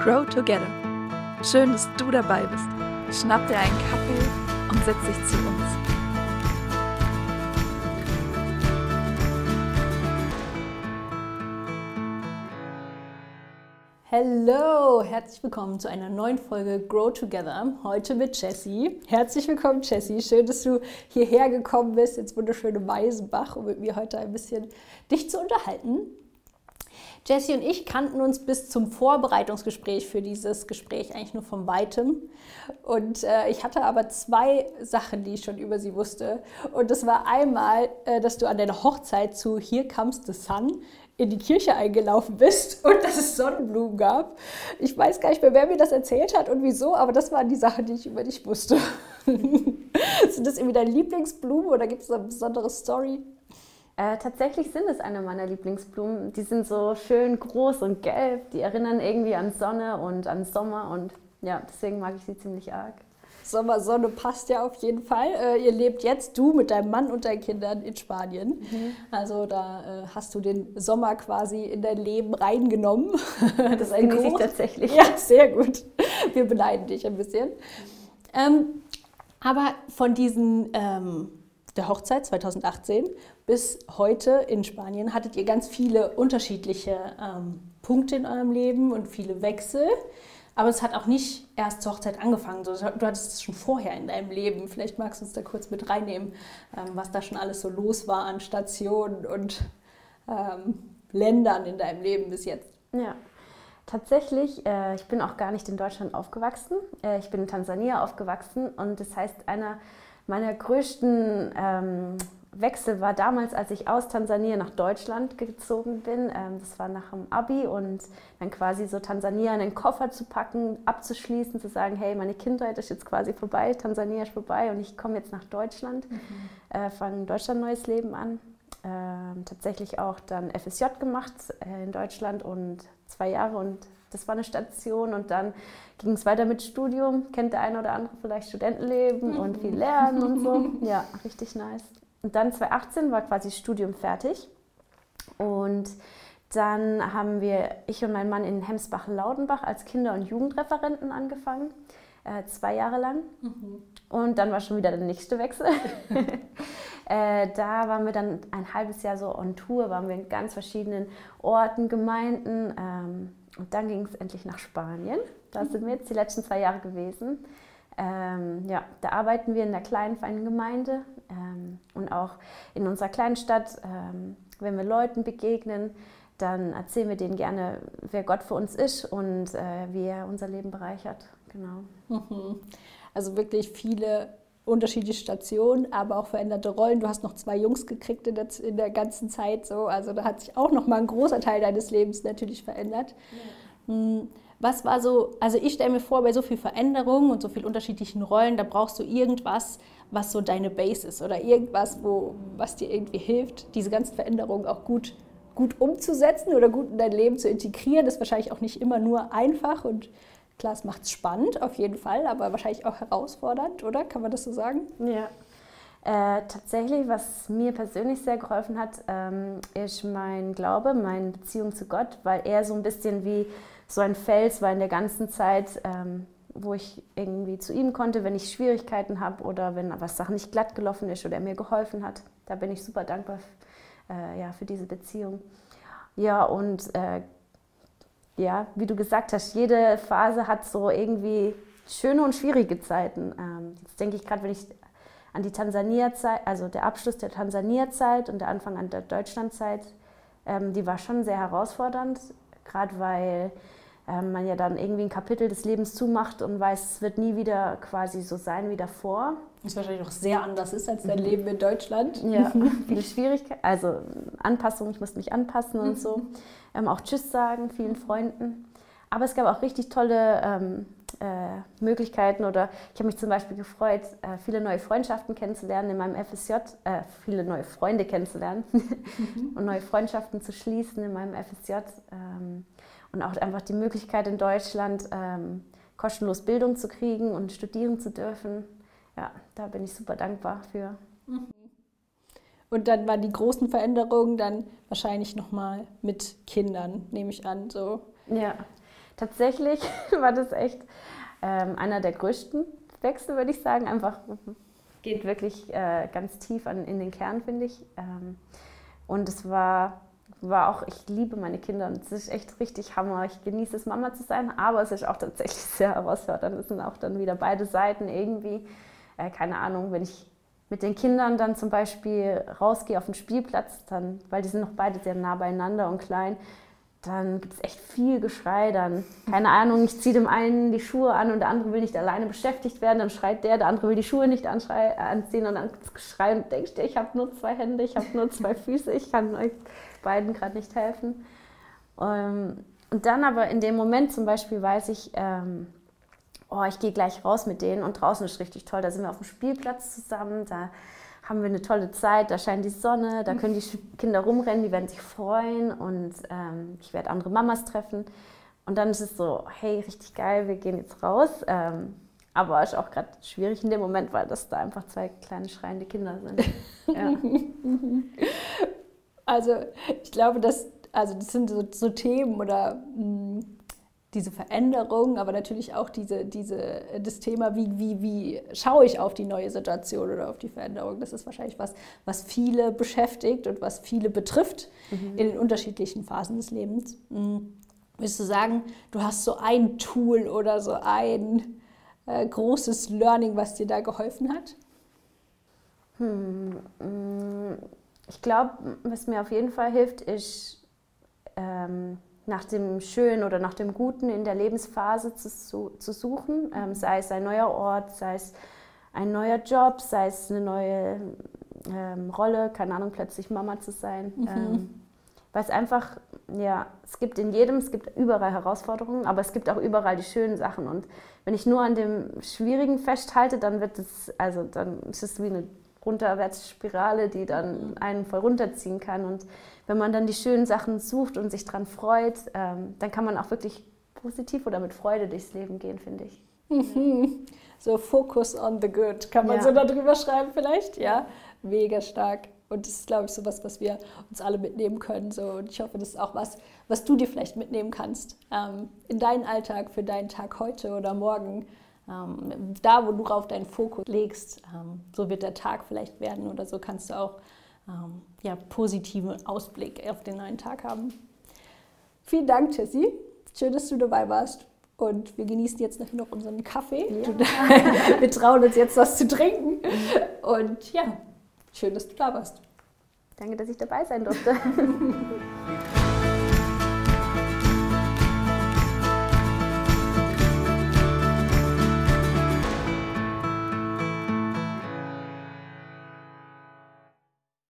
Grow Together. Schön, dass du dabei bist. Schnapp dir einen Kaffee und setz dich zu uns. Hallo, herzlich willkommen zu einer neuen Folge Grow Together. Heute mit Jessie. Herzlich willkommen, Jessie. Schön, dass du hierher gekommen bist, ins wunderschöne Weißenbach, um mit mir heute ein bisschen dich zu unterhalten. Jessie und ich kannten uns bis zum Vorbereitungsgespräch für dieses Gespräch eigentlich nur von Weitem. Und ich hatte aber zwei Sachen, die ich schon über sie wusste. Und das war einmal, dass du an deiner Hochzeit zu Here Comes the Sun in die Kirche eingelaufen bist und dass es Sonnenblumen gab. Ich weiß gar nicht mehr, wer mir das erzählt hat und wieso, aber das waren die Sachen, die ich über dich wusste. Sind das irgendwie deine Lieblingsblumen oder gibt es eine besondere Story? Tatsächlich sind es eine meiner Lieblingsblumen. Die sind so schön groß und gelb. Die erinnern irgendwie an Sonne und an Sommer. Und ja, deswegen mag ich sie ziemlich arg. Sommer, Sonne passt ja auf jeden Fall. Ihr lebt jetzt, du mit deinem Mann und deinen Kindern, in Spanien. Also da hast du den Sommer quasi in dein Leben reingenommen. Das genieße ich tatsächlich. Ja, sehr gut. Wir beneiden dich ein bisschen. Aber von diesen... der Hochzeit 2018 bis heute in Spanien hattet ihr ganz viele unterschiedliche Punkte in eurem Leben und viele Wechsel. Aber es hat auch nicht erst zur Hochzeit angefangen. Du hattest es schon vorher in deinem Leben. Vielleicht magst du uns da kurz mit reinnehmen, was da schon alles so los war an Stationen und Ländern in deinem Leben bis jetzt. Ja, tatsächlich, ich bin auch gar nicht in Deutschland aufgewachsen. Ich bin in Tansania aufgewachsen und das heißt, einer meiner größten Wechsel war damals, als ich aus Tansania nach Deutschland gezogen bin. Das war nach dem Abi und dann quasi so Tansania in den Koffer zu packen, abzuschließen, zu sagen, hey, meine Kindheit ist jetzt quasi vorbei, Tansania ist vorbei und ich komme jetzt nach Deutschland, fange in Deutschland ein neues Leben an. Tatsächlich auch dann FSJ gemacht in Deutschland und 2 Jahre und das war eine Station und dann ging es weiter mit Studium. Kennt der eine oder andere vielleicht Studentenleben und viel Lernen und so. Ja, richtig nice. Und dann 2018 war quasi Studium fertig und dann haben ich und mein Mann in Hemsbach-Laudenbach als Kinder- und Jugendreferenten angefangen, 2 Jahre lang. Und dann war schon wieder der nächste Wechsel. Da waren wir dann ein halbes Jahr so on Tour, waren wir in ganz verschiedenen Orten, Gemeinden. Und dann ging es endlich nach Spanien. Da sind wir jetzt die letzten 2 Jahre gewesen. Ja, da arbeiten wir in der kleinen, feinen Gemeinde und auch in unserer kleinen Stadt. Wenn wir Leuten begegnen, dann erzählen wir denen gerne, wer Gott für uns ist und wie er unser Leben bereichert. Genau. Also wirklich viele unterschiedliche Stationen, aber auch veränderte Rollen. Du hast noch 2 Jungs gekriegt in der ganzen Zeit. So. Also da hat sich auch noch mal ein großer Teil deines Lebens natürlich verändert. Ja. Was war so, also ich stelle mir vor, bei so viel Veränderung und so vielen unterschiedlichen Rollen, da brauchst du irgendwas, was so deine Base ist oder irgendwas, was dir irgendwie hilft, diese ganzen Veränderungen auch gut umzusetzen oder gut in dein Leben zu integrieren. Das ist wahrscheinlich auch nicht immer nur einfach und klar, es macht es spannend auf jeden Fall, aber wahrscheinlich auch herausfordernd, oder? Kann man das so sagen? Ja. Tatsächlich, was mir persönlich sehr geholfen hat, ist mein Glaube, meine Beziehung zu Gott, weil er so ein bisschen wie so ein Fels war in der ganzen Zeit, wo ich irgendwie zu ihm konnte, wenn ich Schwierigkeiten habe oder wenn was Sachen nicht glatt gelaufen ist oder er mir geholfen hat. Da bin ich super dankbar für diese Beziehung. Ja, und ja, wie du gesagt hast, jede Phase hat so irgendwie schöne und schwierige Zeiten. Jetzt denke ich gerade, wenn ich an die Tansania-Zeit, also der Abschluss der Tansania-Zeit und der Anfang an der Deutschland-Zeit, die war schon sehr herausfordernd, gerade weil man ja dann irgendwie ein Kapitel des Lebens zumacht und weiß, es wird nie wieder quasi so sein wie davor. Das wahrscheinlich auch sehr anders ist als dein Leben in Deutschland. Ja, viele Schwierigkeiten, also Anpassung, ich musste mich anpassen und so. Auch Tschüss sagen, vielen Freunden. Aber es gab auch richtig tolle Möglichkeiten oder ich habe mich zum Beispiel gefreut, viele neue Freundschaften kennenzulernen in meinem FSJ, viele neue Freunde kennenzulernen und neue Freundschaften zu schließen in meinem FSJ und auch einfach die Möglichkeit in Deutschland kostenlos Bildung zu kriegen und studieren zu dürfen. Ja, da bin ich super dankbar für. Und dann waren die großen Veränderungen dann wahrscheinlich nochmal mit Kindern, nehme ich an. So. Ja, Tatsächlich war das echt einer der größten Wechsel, würde ich sagen. Einfach geht wirklich ganz tief in den Kern, finde ich. Und es war auch, ich liebe meine Kinder und es ist echt richtig Hammer. Ich genieße es, Mama zu sein, aber es ist auch tatsächlich sehr herausfordernd. Es sind auch dann wieder beide Seiten irgendwie, keine Ahnung, wenn ich mit den Kindern dann zum Beispiel rausgehe auf den Spielplatz, dann, weil die sind noch beide sehr nah beieinander und klein, dann gibt es echt viel Geschrei. Dann, keine Ahnung, ich ziehe dem einen die Schuhe an und der andere will nicht alleine beschäftigt werden. Dann schreit der andere will die Schuhe nicht anziehen und dann gibt es Geschrei und denkst dir, ich habe nur 2 Hände, ich habe nur 2 Füße, ich kann euch beiden gerade nicht helfen. Und dann aber in dem Moment zum Beispiel weiß ich, ich gehe gleich raus mit denen und draußen ist richtig toll. Da sind wir auf dem Spielplatz zusammen, da haben wir eine tolle Zeit, da scheint die Sonne, da können die Kinder rumrennen, die werden sich freuen und ich werde andere Mamas treffen. Und dann ist es so, hey, richtig geil, wir gehen jetzt raus. Aber es ist auch gerade schwierig in dem Moment, weil das da einfach 2 kleine schreiende Kinder sind. Ja. Also ich glaube, das sind so Themen oder diese Veränderung, aber natürlich auch das Thema, wie schaue ich auf die neue Situation oder auf die Veränderung. Das ist wahrscheinlich was viele beschäftigt und was viele betrifft in den unterschiedlichen Phasen des Lebens. Würdest du sagen, du hast so ein Tool oder so ein großes Learning, was dir da geholfen hat? Ich glaube, was mir auf jeden Fall hilft, ist nach dem Schönen oder nach dem Guten in der Lebensphase zu suchen, sei es ein neuer Ort, sei es ein neuer Job, sei es eine neue Rolle, keine Ahnung, plötzlich Mama zu sein. Weil es einfach, ja, es gibt überall Herausforderungen, aber es gibt auch überall die schönen Sachen. Und wenn ich nur an dem Schwierigen festhalte, dann ist es wie eine Runterwärtsspirale, die dann einen voll runterziehen kann. Und wenn man dann die schönen Sachen sucht und sich dran freut, dann kann man auch wirklich positiv oder mit Freude durchs Leben gehen, finde ich. So Focus on the good, kann man so darüber schreiben vielleicht? Ja, mega stark. Und das ist, glaube ich, so was wir uns alle mitnehmen können. So. Und ich hoffe, das ist auch was du dir vielleicht mitnehmen kannst in deinen Alltag, für deinen Tag heute oder morgen. Da, wo du auf deinen Fokus legst, so wird der Tag vielleicht werden oder so kannst du auch positiven Ausblick auf den neuen Tag haben. Vielen Dank, Jessie. Schön, dass du dabei warst. Und wir genießen jetzt noch unseren Kaffee. Ja. Wir trauen uns jetzt was zu trinken. Und ja, schön, dass du da warst. Danke, dass ich dabei sein durfte.